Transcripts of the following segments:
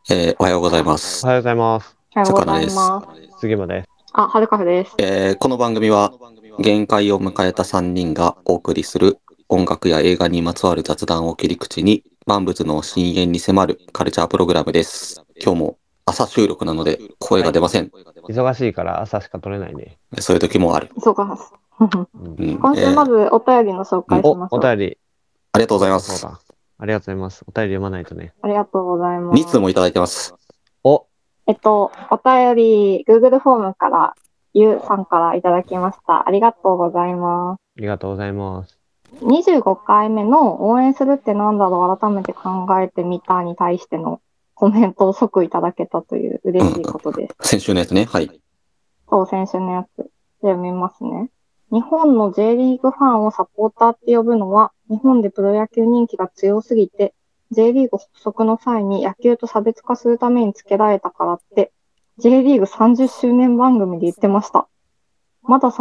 おはようございます。 おはようございます。 おはようございます。 杉間です。 はるかふです。 この番組は限界を迎えた3人がお送りする音楽や映画にまつわる雑談を切り口に万物の深淵に迫るカルチャープログラムです。今日も朝収録なので声が出ません。 忙しいから朝しか撮れないね。 そういう時もある。 そうか。 うん今週まずお便りの紹介しましょう。 お便り。 ありがとうございます。 そうだ。ありがとうございます。お便り読まないとね。 ありがとうございます。 2通もいただいてます。 お便り Google フォームからゆうさんからいただきました。ありがとうございます。 ありがとうございます。 25回目の応援するってなんだろう改めて考えてみたに対してのコメントを即いただけたという嬉しいことです。 先週のやつね。はい。 そう、先週のやつ。読みますね。日本の J リーグファンをサポーターって呼ぶのは、日本でプロ野球人気が強すぎて、J リーグ発足の際に野球と差別化するためにつけられたからって、J リーグ30周年番組で言ってました。まだ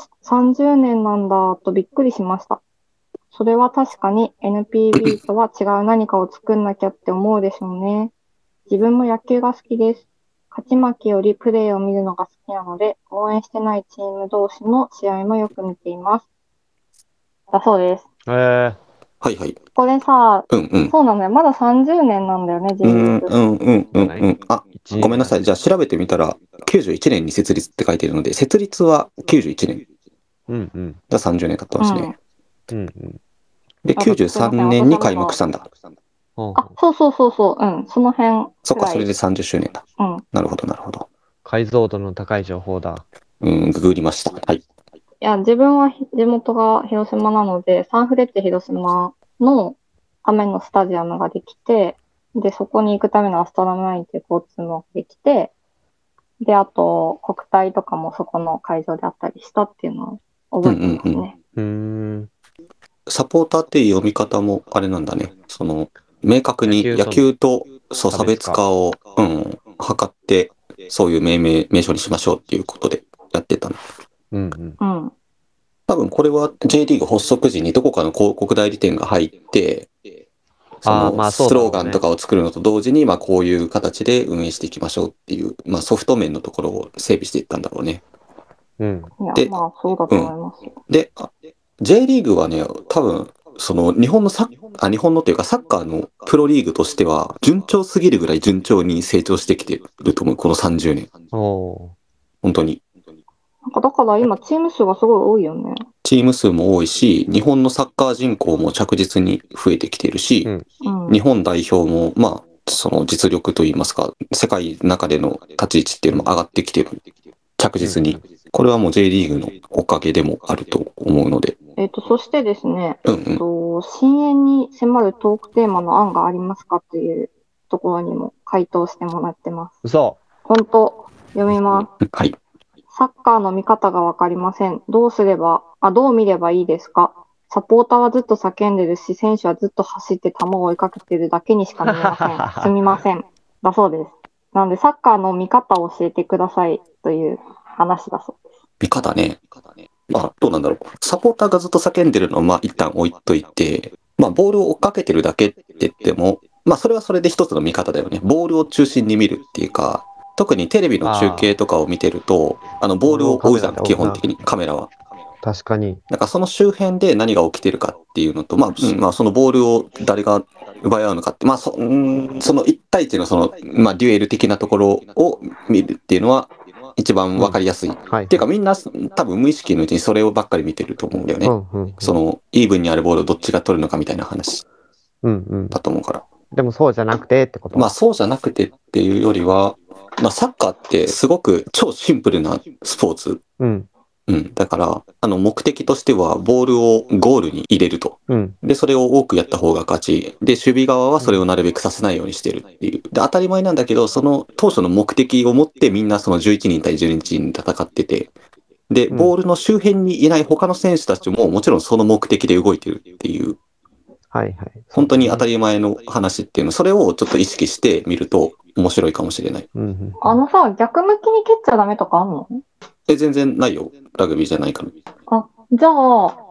30年なんだとびっくりしました。それは確かに NPB とは違う何かを作んなきゃって思うでしょうね。自分も野球が好きです。勝ち負けよりプレーを見るのが好きなので、応援してないチーム同士の試合もよく見ています。だそうです。 はいはい。 これさ、 うん。 そうなんだよ。まだ30年なんだよね、J リーグ。 あ、ごめんなさい。じゃあ調べてみたら、91年に設立って書いてるので、設立は91年。じゃあ30年経ってますね。で、93年に開幕したんだ。 あ、そう。その辺。 そっか、それで30周年だ。なるほど。 解像度の高い情報だ。 ググりました。はい。 いや、自分は地元が広島なので、サンフレッチェ広島のためのスタジアムができて、で、そこに行くためのアストラムラインっていう交通もできて、で、あと、国体とかもそこの会場であったりしたっていうのを覚えてますね。 サポーターっていう読み方もあれなんだね。明確に野球と差別化を、図って、そういう名称にしましょうっていうことでやってたの。多分これは J リーグ発足時にどこかの広告代理店が入って、スローガンとかを作るのと同時に、こういう形で運営していきましょうっていう、ソフト面のところを整備していったんだろうね。 で、そうだと思います。 で、J リーグはね、多分、日本のというかサッカーのプロリーグとしては、順調すぎるぐらい順調に成長してきてると思う、この30年。本当に。 だから今、チーム数がすごい多いよね。 チーム数も多いし、日本のサッカー人口も着実に増えてきてるし、日本代表も、その実力といいますか、世界の中での立ち位置っていうのも上がってきてる。着実に。これはもう J リーグのおかげでもあると思うので。 そしてですね、深淵に迫るトークテーマの案がありますかっていうところにも回答してもらってます。 嘘。 本当、読みます。 はい。 サッカーの見方がわかりません。どう見ればいいですか？サポーターはずっと叫んでるし、選手はずっと走って球を追いかけてるだけにしか見えません。すみません。だそうです。なので、サッカーの見方を教えてくださいという話だそうです。 見方ね。どうなんだろう。サポーターがずっと叫んでるのは、一旦置いといて、ボールを追っかけてるだけって言っても、それはそれで一つの見方だよね。ボールを中心に見るっていうか、特にテレビの中継とかを見てると、ボールを追うじゃん、基本的に、カメラは。 確かに。 なんかその周辺で何が起きてるかっていうのと、そのボールを誰が奪い合うのかって、その一対一のデュエル的なところを見るっていうのは、一番わかりやすい。っていうかみんな多分無意識のうちにそれをばっかり見てると思うんだよね。イーブンにあるボールをどっちが取るのかみたいな話だと思うから。 でもそうじゃなくてってこと？ そうじゃなくてっていうよりは、サッカーってすごく超シンプルなスポーツ。だから、目的としては、ボールをゴールに入れると。で、それを多くやった方が勝ち。で、守備側はそれをなるべくさせないようにしてるっていう。で、当たり前なんだけど、その当初の目的を持ってみんなその11人対12人戦ってて、で、ボールの周辺にいない他の選手たちももちろんその目的で動いてるっていう。本当に当たり前の話っていうの、それをちょっと意識してみると面白いかもしれない。 逆向きに蹴っちゃダメとかあんの？ 全然ないよ。ラグビーじゃないから。 じゃあ、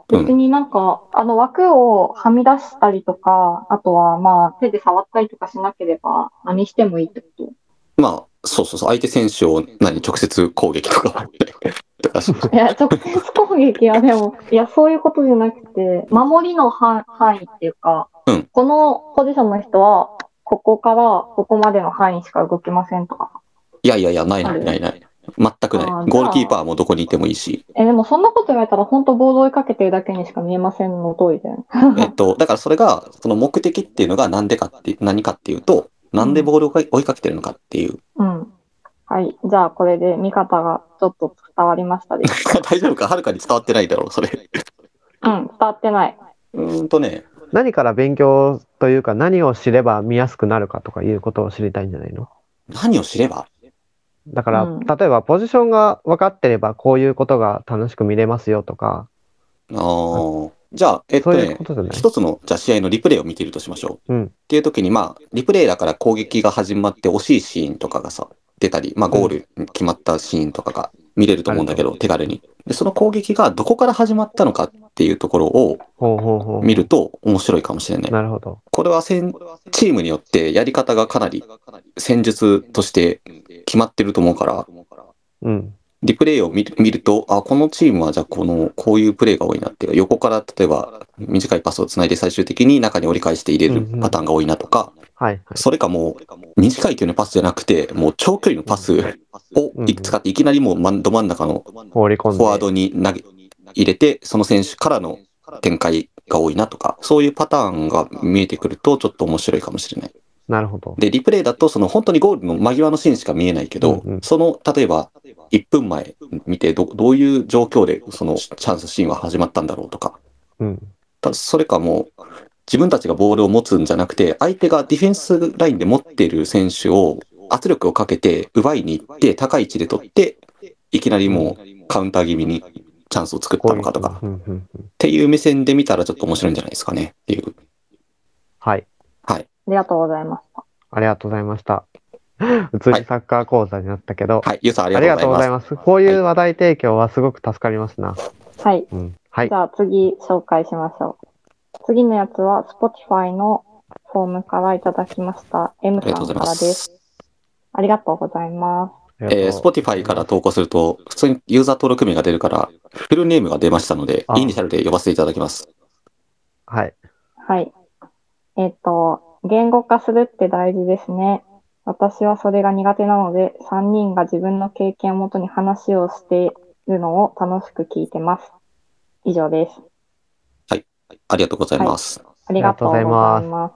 別になんか、枠をはみ出したりとか、あとはまあ、手で触ったりとかしなければ、何してもいいってこと？ まあ、そうそうそう、相手選手を直接攻撃とか。 いや、直接攻撃はでも、いや、そういうことじゃなくて、守りの範囲っていうか、このポジションの人は、ここからここまでの範囲しか動けませんとか。 いや、ない。全くない。ゴールキーパーもどこにいてもいいし。 でもそんなこと言われたら、本当ボード追いかけてるだけにしか見えませんの通りだよね。 だからそれが、その目的っていうのが何かっていうと、なんでボールを追いかけてるのかっていう。 はい。じゃあ、これで見方がちょっと伝わりましたでしょうか。 大丈夫か？はるかに伝わってないだろう、それ。 伝わってない。 何から勉強というか、何を知れば見やすくなるかとかいうことを知りたいんじゃないの？ 何を知れば？ だから、例えばポジションが分かってれば、こういうことが楽しく見れますよとか。 じゃあ、一つの、試合のリプレイを見ているとしましょう。っていう時に、リプレイだから攻撃が始まって惜しいシーンとかがさ、出たり、ゴール決まったシーンとかが見れると思うんだけど、手軽に。で、その攻撃がどこから始まったのかっていうところを見ると面白いかもしれない。 なるほど。 これはチームによってやり方がかなり戦術として決まってると思うから、リプレイを見ると、このチームはじゃあこういうプレイが多いなっていうか、横から例えば短いパスをつないで最終的に中に折り返して入れるパターンが多いなとか、それかもう短い距離のパスじゃなくて、もう長距離のパスを使っていきなりもうど真ん中のフォワードに入れて、その選手からの展開が多いなとか、そういうパターンが見えてくるとちょっと面白いかもしれない。 なるほど。 で、リプレイだと本当にゴールの間際のシーンしか見えないけど、例えば1分前見てどういう状況でそのチャンスシーンは始まったんだろうとか。それかもう自分たちがボールを持つんじゃなくて、相手がディフェンスラインで持っている選手を圧力をかけて奪いに行って高い位置で取って、いきなりもうカウンター気味にチャンスを作ったのかとか、っていう目線で見たらちょっと面白いんじゃないですかねっていう。 はい。 ありがとうございました。 ありがとうございました。普通にサッカー講座になったけど。 ゆうさんありがとうございます。 こういう話題提供はすごく助かりますな。 はい。じゃあ次紹介しましょう。次のやつは Spotify のフォームからいただきました。M さんからです。ありがとうございます。 Spotify から投稿すると、普通にユーザー登録名が出るから、フルネームが出ましたので、イニシャルで呼ばせていただきます。 はい。 はい。言語化するって大事ですね。私はそれが苦手なので、3人が自分の経験をもとに話をしているのを楽しく聞いてます。以上です。 はい。ありがとうございます。 ありがとうございます。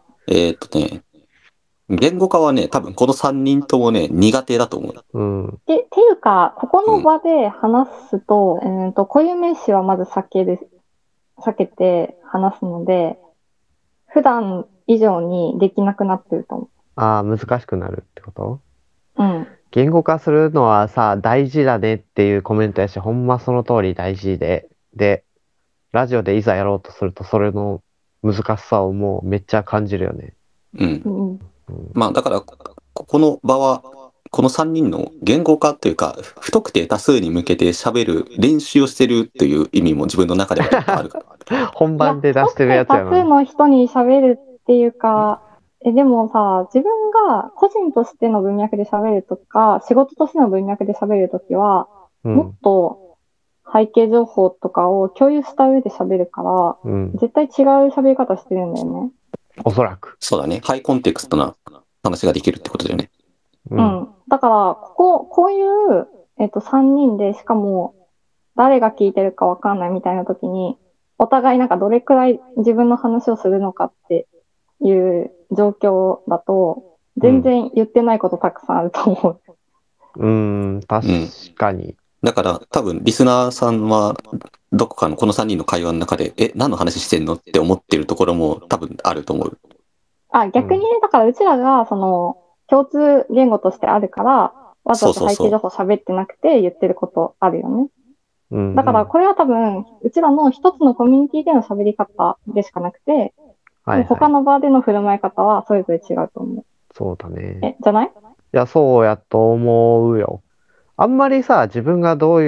言語化はね、多分この3人ともね、苦手だと思う。 っていうか、ここの場で話すと、固有名詞はまず避けて話すので、普段以上にできなくなってると思う。 難しくなるってこと？言語化するのはさ、大事だねっていうコメントやし、ほんまその通り大事で、ラジオでいざやろうとすると、それの難しさをもうめっちゃ感じるよね。 だから、この場は、この3人の言語化というか、不特定多数に向けて喋る練習をしてるという意味も自分の中ではあるから。 本番で出してるやつやな。 不特定多数の人に喋るっていうか、でもさ、自分が個人としての文脈で喋るとか、仕事としての文脈で喋るときは、もっと背景情報とかを共有した上で喋るから、絶対違う喋り方してるんだよね。 おそらく。 そうだね。ハイコンテクストな話ができるってことだよね。 だから、こういう、3人で、しかも、誰が聞いてるかわかんないみたいな時に、お互いなんかどれくらい自分の話をするのかっていう状況だと、全然言ってないことたくさんあると思う。確かに。 だから多分リスナーさんはどこかのこの3人の会話の中で、何の話してんのって思ってるところも多分あると思う。 逆にね、だからうちらがその共通言語としてあるから、わざと背景情報喋ってなくて言ってることあるよね。だからこれは多分、うちらの一つのコミュニティでの喋り方でしかなくて、他の場での振る舞い方はそれぞれ違うと思う。 そうだね。 じゃない？ いや、そうやと思うよ。あんまりさ、自分がどういう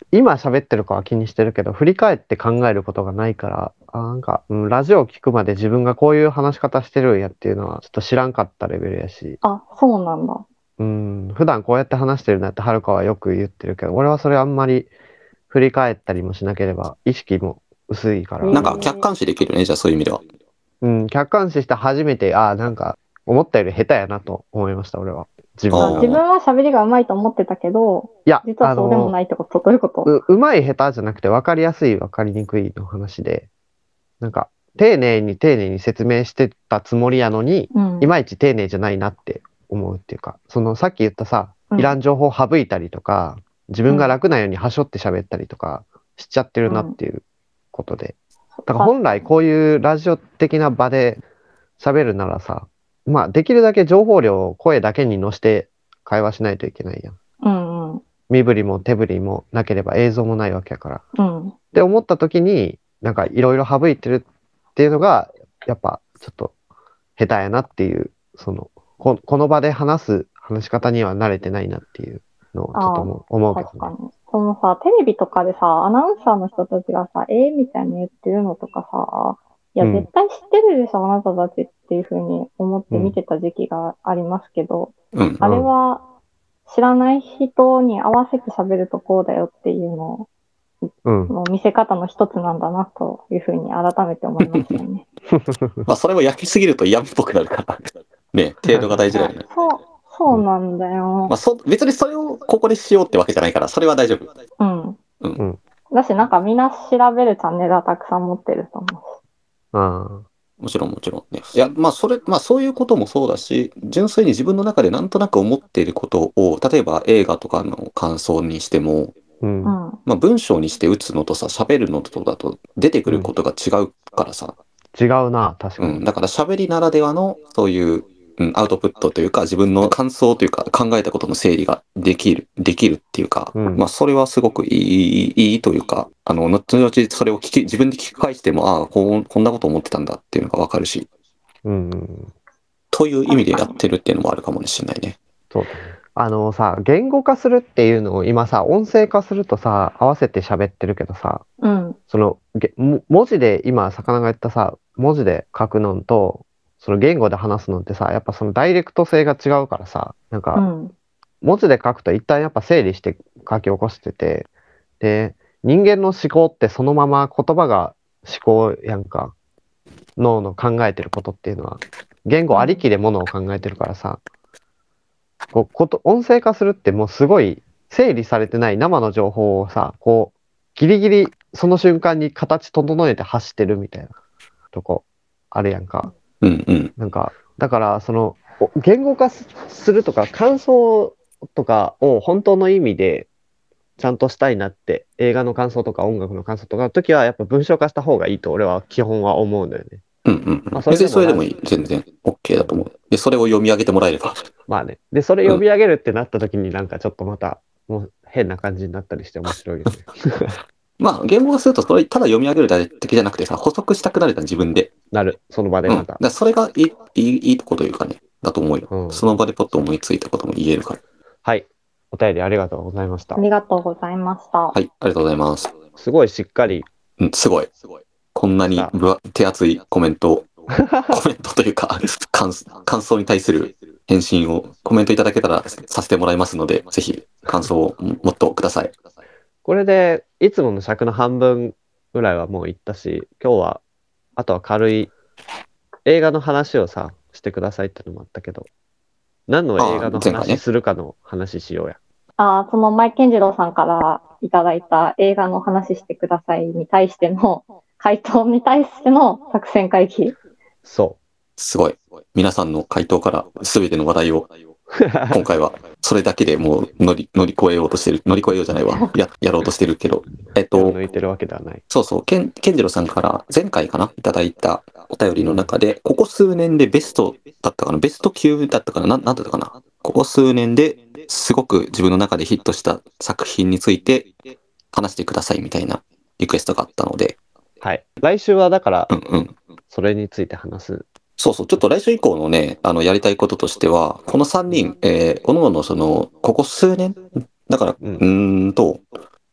今喋ってるかは気にしてるけど、振り返って考えることがないから、ラジオを聞くまで自分がこういう話し方してるんやっていうのは、ちょっと知らんかったレベルやし。 あ、そうなんだ。 普段こうやって話してるなってはるかはよく言ってるけど、俺はそれあんまり振り返ったりもしなければ、意識も薄いから。 なんか客観視できるね、じゃあそういう意味では。 客観視して初めて、なんか、思ったより下手やなと思いました、俺は。 自分は喋りが上手いと思ってたけど、いや、実はそうでもないってこと、どういうこと？ 上手い下手じゃなくて分かりやすい分かりにくいの話で、なんか、丁寧に説明してたつもりやのに、いまいち丁寧じゃないなって思うっていうか、さっき言ったさ、いらん情報を省いたりとか、自分が楽なようにはしょって喋ったりとかしちゃってるなっていうことで。だから本来こういうラジオ的な場で喋るならさ、まあできるだけ情報量を声だけに乗せて会話しないといけないやん。身振りも手振りもなければ映像もないわけやから。って思った時に、なんかいろいろ省いてるっていうのが、やっぱちょっと下手やなっていう、この場で話し方には慣れてないなっていうのをちょっと思うけど、ね。 確かに。そのさ、テレビとかでさ、アナウンサーの人たちがさ、みたいに言ってるのとかさ、いや、絶対知ってるでしょ、あなたたちっていうふうに思って見てた時期がありますけど、あれは知らない人に合わせて喋るとこうだよっていうのの見せ方の一つなんだなというふうに改めて思いましたね。 まあそれも焼きすぎると嫌味っぽくなるから、ね、程度が大事だよね。 そうなんだよ。 まあ別にそれをここでしようってわけじゃないから、それは大丈夫。 だし、なんかみんな調べるチャンネルはたくさん持ってると思う。もちろんね。いや、まあそういうこともそうだし、純粋に自分の中でなんとなく思っていることを、例えば映画とかの感想にしても、まあ文章にして打つのとさ、喋るのとだと出てくることが違うからさ。 違うな、確かに。 だから喋りならではの、そういう、アウトプットというか、自分の感想というか、考えたことの整理ができるっていうか、まあ、それはすごくいいというか、後々それを自分で聞き返しても、こんなこと思ってたんだっていうのがわかるし、という意味でやってるっていうのもあるかもしれないね。 そうだね。さ、言語化するっていうのを今さ、音声化するとさ、合わせて喋ってるけどさ、文字で今、魚が言ったさ、文字で書くのと、その言語で話すのってさ、やっぱそのダイレクト性が違うからさ、なんか、文字で書くと一旦やっぱ整理して書き起こしてて、で、人間の思考ってそのまま言葉が思考やんか、脳の考えてることっていうのは、言語ありきでものを考えてるからさ、音声化するってもうすごい整理されてない生の情報をさ、ギリギリその瞬間に形整えて発してるみたいなとこあるやんか。なんか、だから言語化するとか感想とかを本当の意味でちゃんとしたいなって、映画の感想とか音楽の感想とかの時はやっぱ文章化した方がいいと俺は基本は思うんだよね。 別にそれでもいい。全然 OK だと思う。で、それを読み上げてもらえれば。 まあね。で、それ読み上げるってなった時になんかちょっとまた、もう変な感じになったりして面白いよね。 まあ、言語化すると、それただ読み上げるだけじゃなくてさ、補足したくなるじゃん、自分で。 なる。その場でまた。 だそれがいいとこというかね、だと思うよ。その場でポッと思いついたことも言えるから。 はい。お便りありがとうございました。 ありがとうございました。 はい、ありがとうございます。 すごいしっかり。 すごい。こんなに手厚いコメントというか、感想に対する返信をコメントいただけたらさせてもらいますので、ぜひ感想をもっとください。 これで、いつもの尺の半分ぐらいはもういったし、今日は、あとは軽い映画の話をさ、してくださいってのもあったけど、何の映画の話するかの話しようや。 その前健次郎さんからいただいた映画の話してくださいに対しての回答に対しての作戦会議。 そう。 すごい。皆さんの回答から全ての話題を、今回はそれだけでもう乗り越えようとしてる。乗り越えようじゃないわ。やろうとしてるけど。 抜いてるわけではない。 そう。健次郎さんから前回かないただいたお便りの中で、ここ数年でベストだったかなベスト級だったかななんだったかなここ数年ですごく自分の中でヒットした作品について話してくださいみたいなリクエストがあったので。 はい。来週はだから、それについて話す。 そう。ちょっと来週以降のね、やりたいこととしては、この3人、各々ここ数年だから、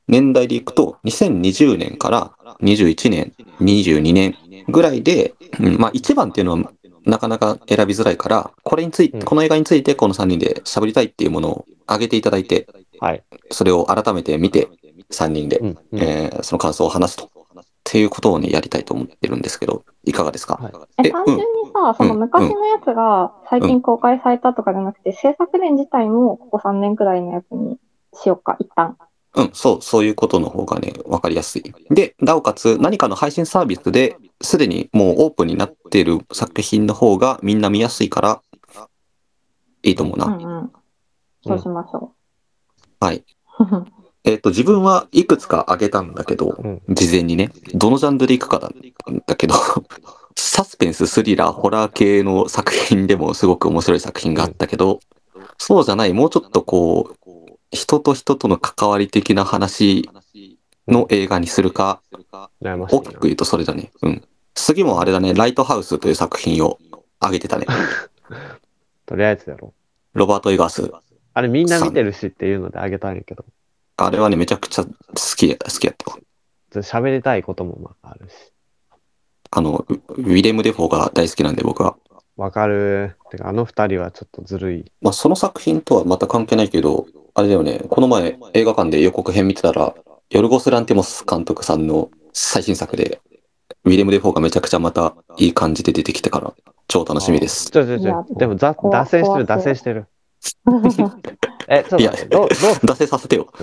年代でいくと、2020年から21年、22年ぐらいで、まあ1番っていうのはなかなか選びづらいから、この映画についてこの3人で喋りたいっていうものを挙げていただいて、それを改めて見て、3人で、その感想を話すと。っていうことをね、やりたいと思ってるんですけど、いかがですか？ 単純にさ、その昔のやつが最近公開されたとかじゃなくて、制作年自体もここ3年くらいのやつにしようか、一旦。 そういうことの方がね、わかりやすい。で、なおかつ何かの配信サービスですでにもうオープンになっている作品の方がみんな見やすいから、いいと思うな。 そうしましょう。はい。自分はいくつか挙げたんだけど、事前にね、どのジャンルでいくかなんだけど、サスペンス、スリラー、ホラー系の作品でもすごく面白い作品があったけど、そうじゃない、もうちょっとこう、人と人との関わり的な話の映画にするか、大きく言うとそれだね。次もあれだね、ライトハウスという作品を挙げてたね。 とりあえずやろう。ロバート・エガース。 あれみんな見てるしっていうので挙げたんやけど。 あれはね、めちゃくちゃ好きやったわ。 喋りたいこともまああるし。 ウィレム・デフォーが大好きなんで僕は。 わかる。てか、あの二人はちょっとずるい。 まあ、その作品とはまた関係ないけど、あれだよね、この前映画館で予告編見てたら、ヨルゴス・ランティモス監督さんの最新作で、ウィレム・デフォーがめちゃくちゃまたいい感じで出てきてから、超楽しみです。 でも脱線してる。ちょっと脱線させてよ。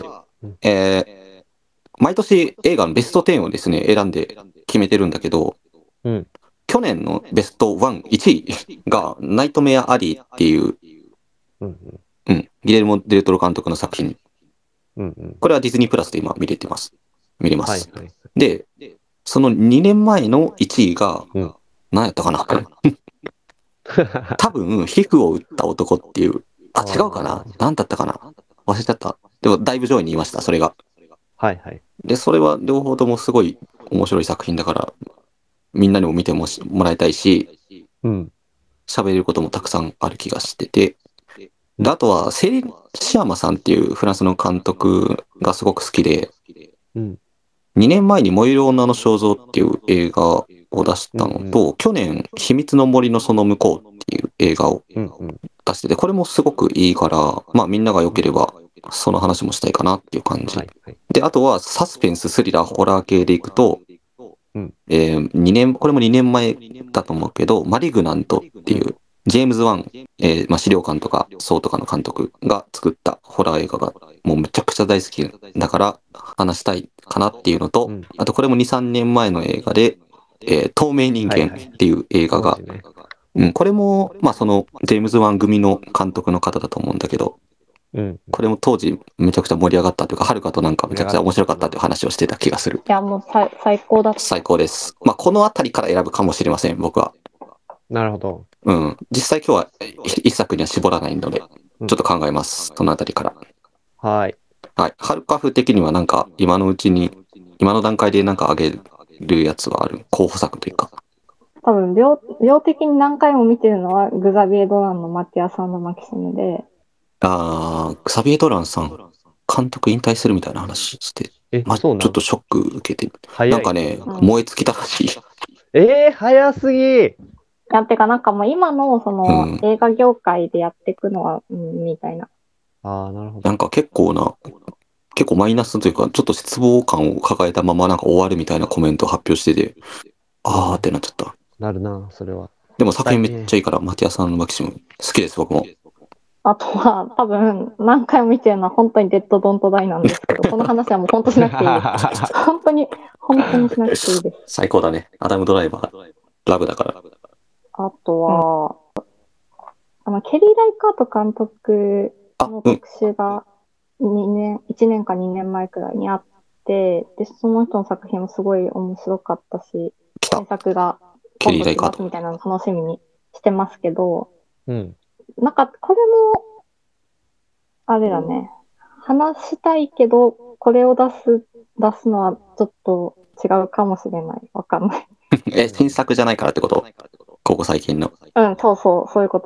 毎年映画のベスト10をですね、選んで決めてるんだけど、去年のベスト1、1位がナイトメア・アリーっていう、ギレルモ・デルトロ監督の作品。これはディズニープラスで今見れます。で、その2年前の1位が、何やったかな多分、皮膚を打った男っていう、違うかな何だったかな忘れちゃった。でも、だいぶ上位にいました、それが。で、それは両方ともすごい面白い作品だから、みんなにも見てもらいたいし、喋れることもたくさんある気がしてて、であとは、セリシアマさんっていうフランスの監督がすごく好きで、2年前に燃える女の肖像っていう映画を出したのと、去年、秘密の森のその向こうっていう映画を出してて、これもすごくいいから、まあみんなが良ければ、その話もしたいかなっていう感じ。で、あとはサスペンス、スリラー、ホラー系でいくと、これも2年前だと思うけど、マリグナントっていう、ジェームズ・ワン、資料館とか、そうとかの監督が作ったホラー映画が、もうめちゃくちゃ大好きだから話したいかなっていうのと、あとこれも2、3年前の映画で、透明人間っていう映画が、これも、まあその、ジェームズ・ワン組の監督の方だと思うんだけど、これも当時めちゃくちゃ盛り上がったというか、はるかとなんかめちゃくちゃ面白かったという話をしてた気がする。 いや、もう最高だった。 最高です。まあこのあたりから選ぶかもしれません、僕は。 なるほど。 実際今日は一作には絞らないので、ちょっと考えます。そのあたりから。 はい。 はるか風的にはなんか今の段階でなんか上げるやつはある候補作というか。 多分量的に何回も見てるのはグザビエ・ドランのマティアさんのマキシムで。 グザビエ・ドランさん、監督引退するみたいな話して、ちょっとショック受けて、なんかね、燃え尽きたらしい。 早すぎてかなんかもう今のその映画業界でやっていくのは、みたいな。 なるほど。 なんか結構マイナスというか、ちょっと失望感を抱えたままなんか終わるみたいなコメントを発表してて、ってなっちゃった。 なるな、それは。 でも作品めっちゃいいから、マティアさんのマキシム好きです、僕も。 あとは、多分、何回も見てるのは本当にデッドドントダイなんですけど、この話はもう本当しなくていいです。本当にしなくていいです。 最高だね。アダム・ドライバー、ラブだから。 あとは、ケリー・ライカート監督の特集が1年か2年前くらいにあって、で、その人の作品もすごい面白かったし、新作が今度来ますみたいなの楽しみにしてますけど、なんか、これも、あれだね。話したいけど、これを出すのはちょっと違うかもしれない。わかんない。 新作じゃないからってこと？ここ最近の。 そういうこと。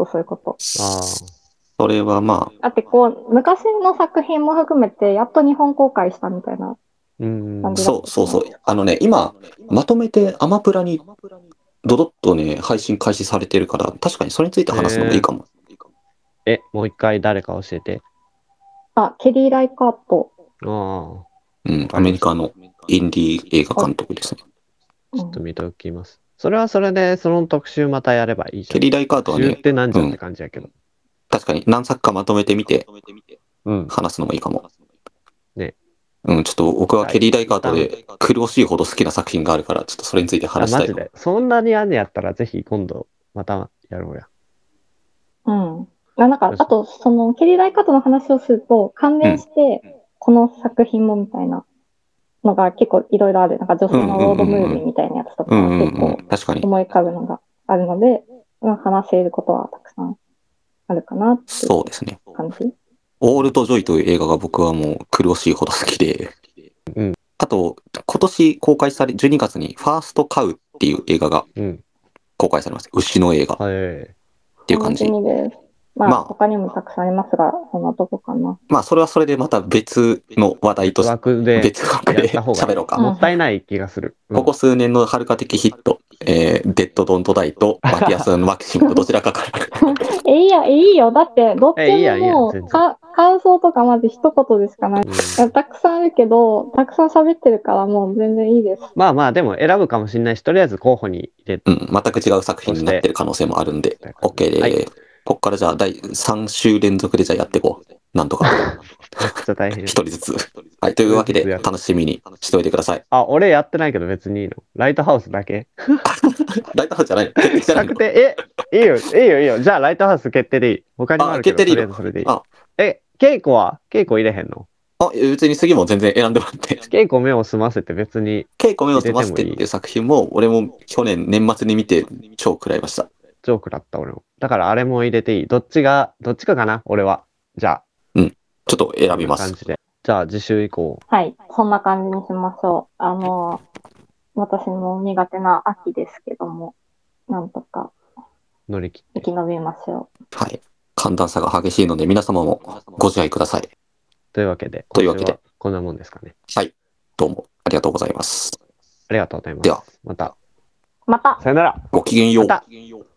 それはまあ。だって昔の作品も含めて、やっと日本公開したみたいな感じだった。 そう。今、まとめてアマプラにドドッとね、配信開始されてるから、確かにそれについて話すのもいいかも。 もう一回誰か教えて。 ケリー・ライカート。 アメリカのインディー映画監督ですね。 ちょっと見ておきます。それはそれで、その特集またやればいいじゃん。 ケリー・ライカートはね、 特集ってなんじゃって感じやけど。 確かに何作かまとめてみて、話すのもいいかも。 ね。 ちょっと僕はケリー・ライカートで苦しいほど好きな作品があるから、ちょっとそれについて話したい。 マジで。そんなにあんねやったら、ぜひ今度、またやろうや。 なんか、あと、その、ケリー・ライカートの話をすると、関連して、この作品もみたいなのが結構いろいろある。なんか女性のロードムービーみたいなやつとか、結構思い浮かぶのがあるので、話せることはたくさんあるかなっていう感じ。 そうですね。オールト・ジョイという映画が僕はもう苦しいほど好きで、あと、今年公開され、12月にファースト・カウっていう映画が公開されます。牛の映画。っていう感じ。 他にもたくさんありますが、そんなとこかな。 それはそれでまた別の話題として、別枠で喋ろうか。 もったいない気がする。 ここ数年の遥的ヒット、デッド・ドント・ダイとマティアス・マキシムとどちらかから。 いいよ。だって、どっちももう、感想とかまず一言でしかない。たくさんあるけど、たくさん喋ってるからもう全然いいです。 でも選ぶかもしれないし、とりあえず候補に入れて。 全く違う作品になってる可能性もあるんで、OK で、こっからじゃあ第3週連続でじゃあやっていこう。なんとか。 めっちゃ大変。 一人ずつ。はい。というわけで、楽しみにしておいてください。 俺やってないけど別にいいの。ライトハウスだけライトハウスじゃないの？決定じゃないの？ いいよ。じゃあライトハウス決定でいい。他にもあるけど、とりあえずそれでいい。稽古入れへんの？ 別に次も全然選んでもらって。 稽古目を澄ませて別に。 稽古目を澄ませてっていう作品も、俺も去年年末に見て超食らいました。 超食らった俺も。だからあれも入れていい。どっちかかな俺は。じゃあ。 ちょっと選びます。 じゃあ次週以降。 はい。そんな感じにしましょう。私の苦手な秋ですけども、なんとか乗り切って生き延びましょう。はい。寒暖差が激しいので皆様もご自愛ください。 というわけで、こんなもんですかね。 はい。どうもありがとうございます。 ありがとうございます。 では、 また。 さよなら。ごきげんよう。 また。